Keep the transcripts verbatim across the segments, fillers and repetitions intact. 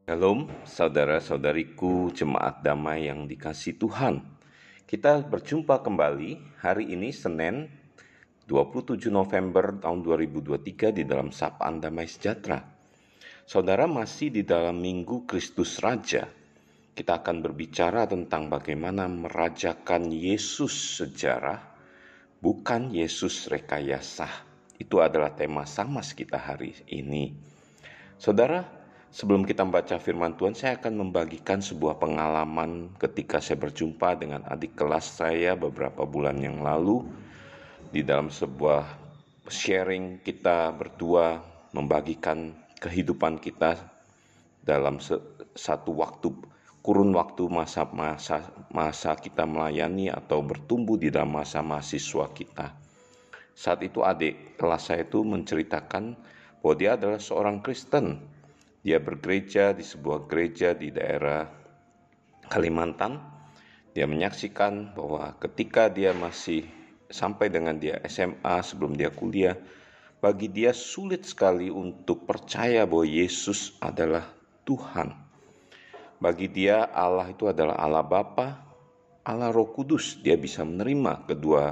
Shalom, saudara-saudariku, jemaat damai yang dikasihi Tuhan. Kita berjumpa kembali hari ini Senin dua puluh tujuh November tahun dua ribu dua puluh tiga di dalam Sapaan Damai Sejahtera. Saudara masih di dalam Minggu Kristus Raja. Kita akan berbicara tentang bagaimana merajakan Yesus sejarah, bukan Yesus rekayasa. Itu adalah tema Samas kita hari ini. Saudara, sebelum kita membaca firman Tuhan, saya akan membagikan sebuah pengalaman ketika saya berjumpa dengan adik kelas saya beberapa bulan yang lalu. Di dalam sebuah sharing kita berdua membagikan kehidupan kita dalam satu waktu, kurun waktu masa-masa masa kita melayani atau bertumbuh di dalam masa mahasiswa kita. Saat itu adik kelas saya itu menceritakan bahwa dia adalah seorang Kristen. Dia bergereja di sebuah gereja di daerah Kalimantan. Dia menyaksikan bahwa ketika dia masih sampai dengan dia S M A sebelum dia kuliah, bagi dia sulit sekali untuk percaya bahwa Yesus adalah Tuhan. Bagi dia Allah itu adalah Allah Bapa, Allah Roh Kudus. Dia bisa menerima kedua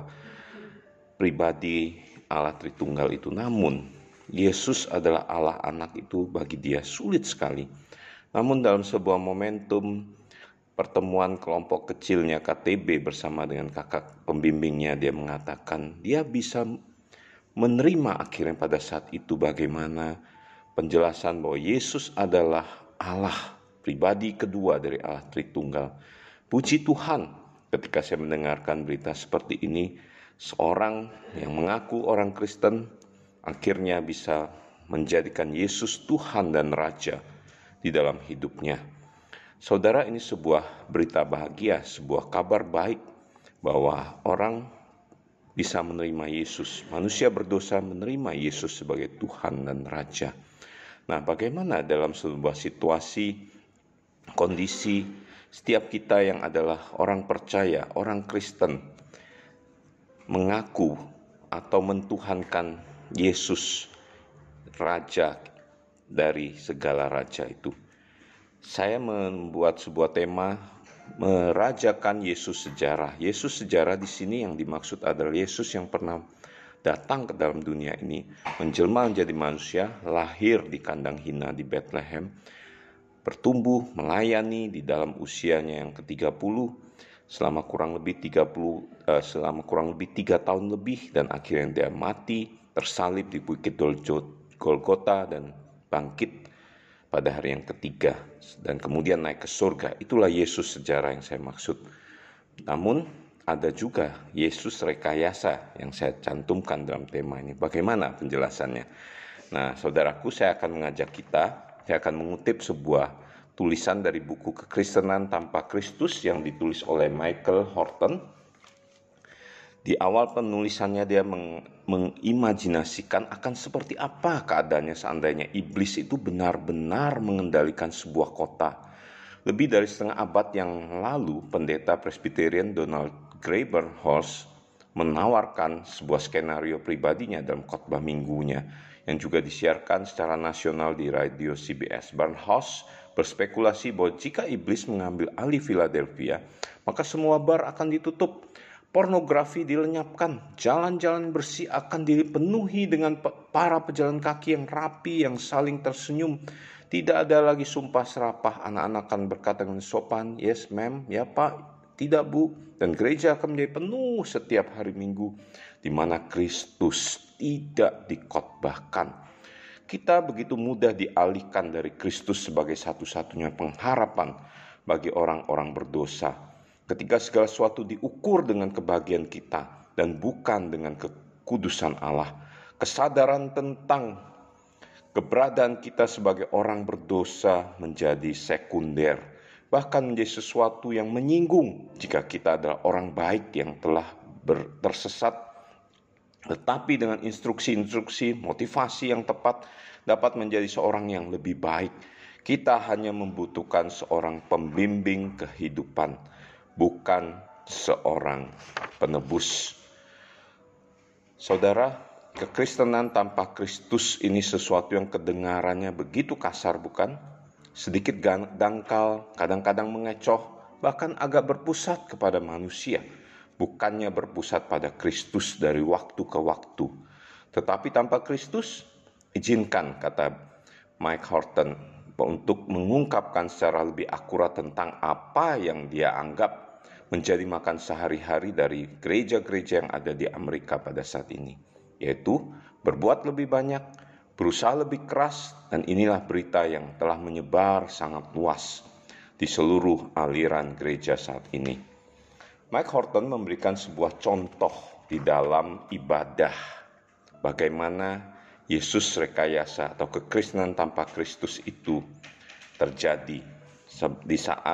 pribadi Allah Tritunggal itu. Namun Yesus adalah Allah Anak itu bagi dia sulit sekali. Namun dalam sebuah momentum pertemuan kelompok kecilnya K T B bersama dengan kakak pembimbingnya, dia mengatakan dia bisa menerima akhirnya pada saat itu bagaimana penjelasan bahwa Yesus adalah Allah, pribadi kedua dari Allah Tritunggal. Puji Tuhan, ketika saya mendengarkan berita seperti ini, seorang yang mengaku orang Kristen akhirnya bisa menjadikan Yesus Tuhan dan Raja di dalam hidupnya. Saudara, ini sebuah berita bahagia, sebuah kabar baik bahwa orang bisa menerima Yesus. Manusia berdosa menerima Yesus sebagai Tuhan dan Raja. Nah, bagaimana dalam sebuah situasi, kondisi setiap kita yang adalah orang percaya, orang Kristen, mengaku atau mentuhankan Yesus, Raja dari segala raja itu. Saya membuat sebuah tema merajakan Yesus sejarah. Yesus sejarah di sini yang dimaksud adalah Yesus yang pernah datang ke dalam dunia ini, menjelma menjadi manusia, lahir di kandang hina di Bethlehem, bertumbuh, melayani di dalam usianya yang ke tiga puluh, selama kurang lebih tiga puluh uh, selama kurang lebih tiga tahun lebih, dan akhirnya dia mati tersalib di Bukit Golgota dan bangkit pada hari yang ketiga dan kemudian naik ke surga. Itulah Yesus sejarah yang saya maksud. Namun ada juga Yesus rekayasa yang saya cantumkan dalam tema ini. Bagaimana penjelasannya? Nah, saudaraku, saya akan mengajak kita, saya akan mengutip sebuah tulisan dari buku Kekristenan Tanpa Kristus yang ditulis oleh Michael Horton. Di awal penulisannya dia meng, mengimajinasikan akan seperti apa keadaannya seandainya iblis itu benar-benar mengendalikan sebuah kota. Lebih dari setengah abad yang lalu, pendeta Presbyterian Donald Graber-Horst menawarkan sebuah skenario pribadinya dalam khotbah minggunya yang juga disiarkan secara nasional di radio C B S. Barnhouse berspekulasi bahwa jika iblis mengambil alih Philadelphia, maka semua bar akan ditutup, pornografi dilenyapkan, jalan-jalan bersih akan dipenuhi dengan para pejalan kaki yang rapi, yang saling tersenyum. Tidak ada lagi sumpah serapah, anak-anak akan berkata dengan sopan, yes ma'am, ya pak, tidak bu. Dan gereja akan menjadi penuh setiap hari Minggu, di mana Kristus tidak dikotbahkan. Kita begitu mudah dialihkan dari Kristus sebagai satu-satunya pengharapan bagi orang-orang berdosa. Ketika segala sesuatu diukur dengan kebahagiaan kita dan bukan dengan kekudusan Allah, kesadaran tentang keberadaan kita sebagai orang berdosa menjadi sekunder, bahkan menjadi sesuatu yang menyinggung jika kita adalah orang baik yang telah tersesat. Tetapi dengan instruksi-instruksi, motivasi yang tepat dapat menjadi seorang yang lebih baik. Kita hanya membutuhkan seorang pembimbing kehidupan, bukan seorang penebus. Saudara, kekristenan tanpa Kristus ini sesuatu yang kedengarannya begitu kasar, bukan? sedikit dangkal, kadang-kadang mengecoh, bahkan agak berpusat kepada manusia, bukannya berpusat pada Kristus dari waktu ke waktu. Tetapi tanpa Kristus, izinkan, kata Mike Horton, untuk mengungkapkan secara lebih akurat tentang apa yang dia anggap menjadi makan sehari-hari dari gereja-gereja yang ada di Amerika pada saat ini, yaitu berbuat lebih banyak, berusaha lebih keras, dan inilah berita yang telah menyebar sangat luas di seluruh aliran gereja saat ini. Mike Horton memberikan sebuah contoh di dalam ibadah, bagaimana Yesus rekayasa atau kekristenan tanpa Kristus itu terjadi di saat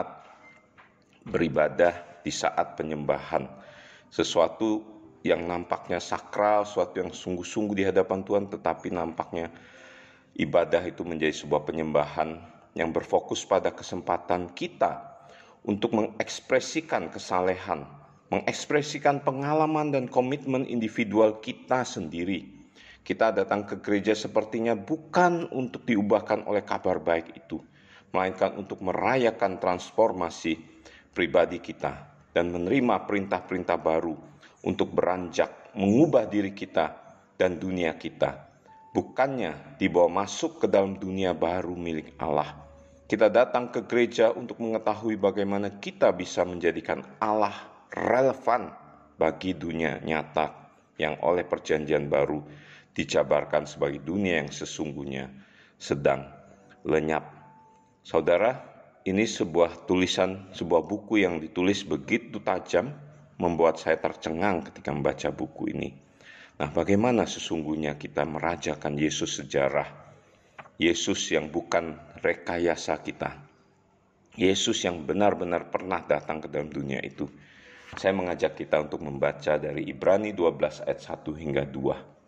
beribadah, di saat penyembahan. Sesuatu yang nampaknya sakral, sesuatu yang sungguh-sungguh di hadapan Tuhan, tetapi nampaknya ibadah itu menjadi sebuah penyembahan yang berfokus pada kesempatan kita untuk mengekspresikan kesalehan, mengekspresikan pengalaman dan komitmen individual kita sendiri. Kita datang ke gereja sepertinya bukan untuk diubahkan oleh kabar baik itu, melainkan untuk merayakan transformasi pribadi kita dan menerima perintah-perintah baru untuk beranjak mengubah diri kita dan dunia kita. Bukannya dibawa masuk ke dalam dunia baru milik Allah. Kita datang ke gereja untuk mengetahui bagaimana kita bisa menjadikan Allah relevan bagi dunia nyata yang oleh perjanjian baru dijabarkan sebagai dunia yang sesungguhnya sedang lenyap. Saudara, ini sebuah tulisan, sebuah buku yang ditulis begitu tajam, membuat saya tercengang ketika membaca buku ini. Nah, bagaimana sesungguhnya kita merajakan Yesus sejarah? Yesus yang bukan rekayasa kita. Yesus yang benar-benar pernah datang ke dalam dunia itu. Saya mengajak kita untuk membaca dari Ibrani dua belas ayat satu hingga dua.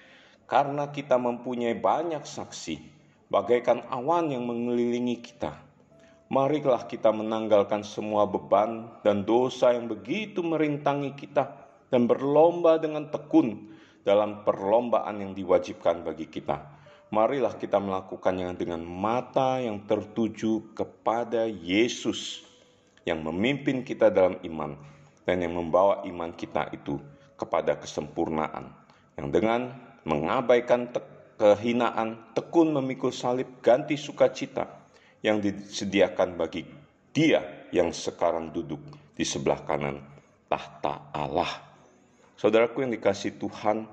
Karena kita mempunyai banyak saksi, bagaikan awan yang mengelilingi kita, marilah kita menanggalkan semua beban dan dosa yang begitu merintangi kita, dan berlomba dengan tekun dalam perlombaan yang diwajibkan bagi kita. Marilah kita melakukannya dengan mata yang tertuju kepada Yesus, yang memimpin kita dalam iman, dan yang membawa iman kita itu kepada kesempurnaan, yang dengan mengabaikan te- kehinaan, tekun memikul salib, ganti sukacita yang disediakan bagi Dia yang sekarang duduk di sebelah kanan tahta Allah. Saudaraku yang dikasihi Tuhan,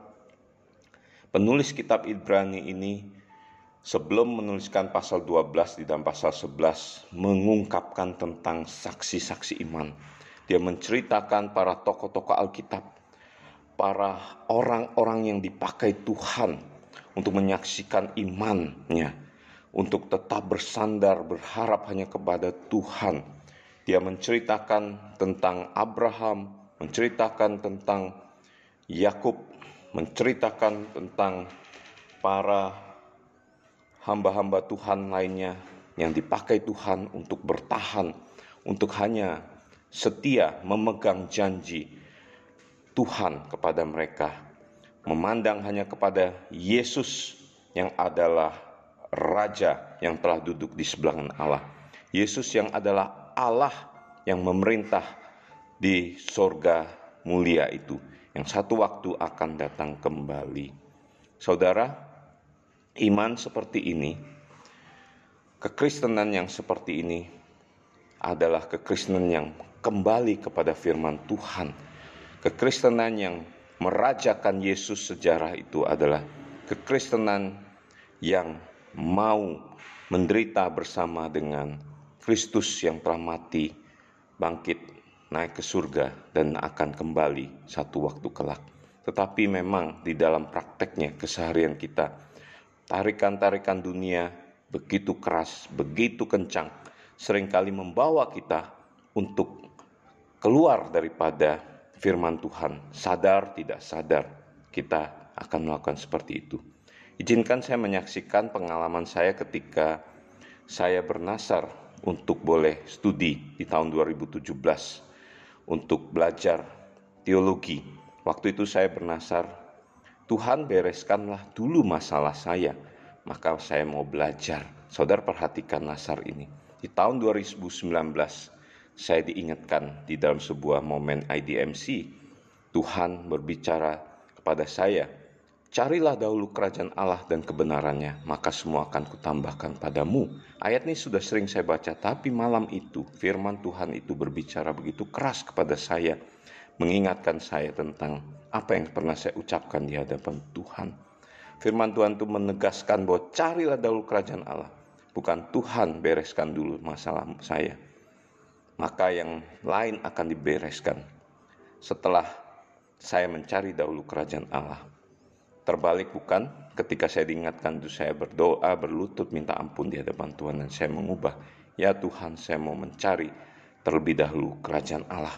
penulis kitab Ibrani ini sebelum menuliskan pasal dua belas di dalam pasal sebelas mengungkapkan tentang saksi-saksi iman. Dia menceritakan para tokoh-tokoh Alkitab, para orang-orang yang dipakai Tuhan untuk menyaksikan imannya, untuk tetap bersandar, berharap hanya kepada Tuhan. Dia menceritakan tentang Abraham, menceritakan tentang Yakub, menceritakan tentang para hamba-hamba Tuhan lainnya yang dipakai Tuhan untuk bertahan, untuk hanya setia memegang janji Tuhan kepada mereka, memandang hanya kepada Yesus yang adalah Raja yang telah duduk di sebelah kanan Allah. Yesus yang adalah Allah yang memerintah di sorga mulia itu, yang satu waktu akan datang kembali. Saudara, iman seperti ini, kekristenan yang seperti ini adalah kekristenan yang kembali kepada firman Tuhan. Kekristenan yang merajakan Yesus sejarah itu adalah kekristenan yang mau menderita bersama dengan Kristus yang telah mati, bangkit, naik ke surga, dan akan kembali satu waktu kelak. Tetapi memang di dalam prakteknya, keseharian kita, tarikan-tarikan dunia begitu keras, begitu kencang, seringkali membawa kita untuk keluar daripada firman Tuhan. Sadar tidak sadar kita akan melakukan seperti itu. Izinkan saya menyaksikan pengalaman saya ketika saya bernasar untuk boleh studi di tahun dua ribu tujuh belas untuk belajar teologi. Waktu itu saya bernasar, Tuhan bereskanlah dulu masalah saya, maka saya mau belajar Saudara perhatikan nasar ini. Di tahun dua ribu sembilan belas, saya diingatkan di dalam sebuah momen I D M C, Tuhan berbicara kepada saya, carilah dahulu kerajaan Allah dan kebenarannya, maka semua akan kutambahkan padamu. Ayat ini sudah sering saya baca, tapi malam itu firman Tuhan itu berbicara begitu keras kepada saya, mengingatkan saya tentang apa yang pernah saya ucapkan di hadapan Tuhan. Firman Tuhan itu menegaskan bahwa carilah dahulu kerajaan Allah, bukan Tuhan bereskan dulu masalah saya, maka yang lain akan dibereskan setelah saya mencari dahulu kerajaan Allah. Terbalik bukan? Ketika saya diingatkan itu saya berdoa, berlutut minta ampun di hadapan Tuhan, dan saya mengubah, ya Tuhan, saya mau mencari terlebih dahulu kerajaan Allah.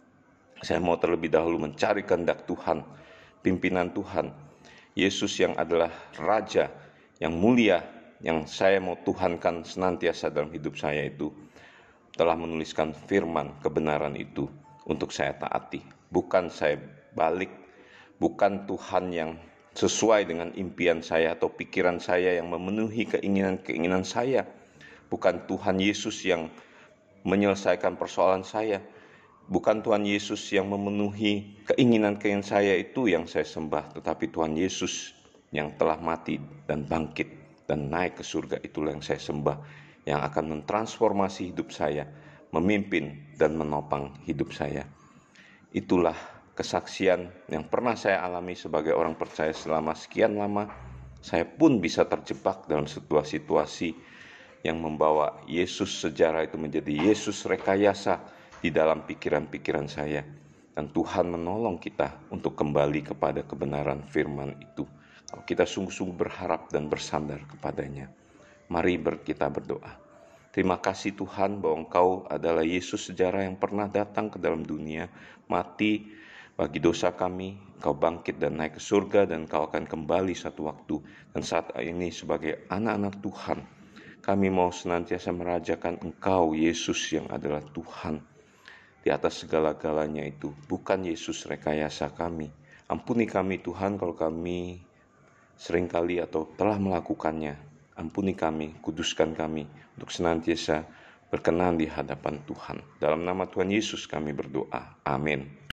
Saya mau terlebih dahulu mencari kehendak Tuhan, pimpinan Tuhan, Yesus yang adalah Raja yang mulia, yang saya mau tuhankan senantiasa dalam hidup saya itu, telah menuliskan firman kebenaran itu untuk saya taati. Bukan saya balik, bukan Tuhan yang sesuai dengan impian saya atau pikiran saya yang memenuhi keinginan-keinginan saya. Bukan Tuhan Yesus yang menyelesaikan persoalan saya. Bukan Tuhan Yesus yang memenuhi keinginan-keinginan saya itu yang saya sembah, tetapi Tuhan Yesus yang telah mati dan bangkit dan naik ke surga, itulah yang saya sembah, yang akan mentransformasi hidup saya, memimpin dan menopang hidup saya. Itulah kesaksian yang pernah saya alami sebagai orang percaya selama sekian lama. Saya pun bisa terjebak dalam situasi-situasi yang membawa Yesus sejarah itu menjadi Yesus rekayasa di dalam pikiran-pikiran saya. Dan Tuhan menolong kita untuk kembali kepada kebenaran firman itu, kalau kita sungguh-sungguh berharap dan bersandar kepadanya. Mari kita berdoa. Terima kasih Tuhan bahwa Engkau adalah Yesus sejarah yang pernah datang ke dalam dunia, mati bagi dosa kami, Engkau bangkit dan naik ke surga, dan Engkau akan kembali satu waktu. Dan saat ini sebagai anak-anak Tuhan, kami mau senantiasa merajakan Engkau, Yesus yang adalah Tuhan di atas segala-galanya itu, bukan Yesus rekayasa kami. Ampuni kami Tuhan kalau kami seringkali atau telah melakukannya. Ampuni kami, kuduskan kami untuk senantiasa berkenan di hadapan Tuhan. Dalam nama Tuhan Yesus kami berdoa. Amin.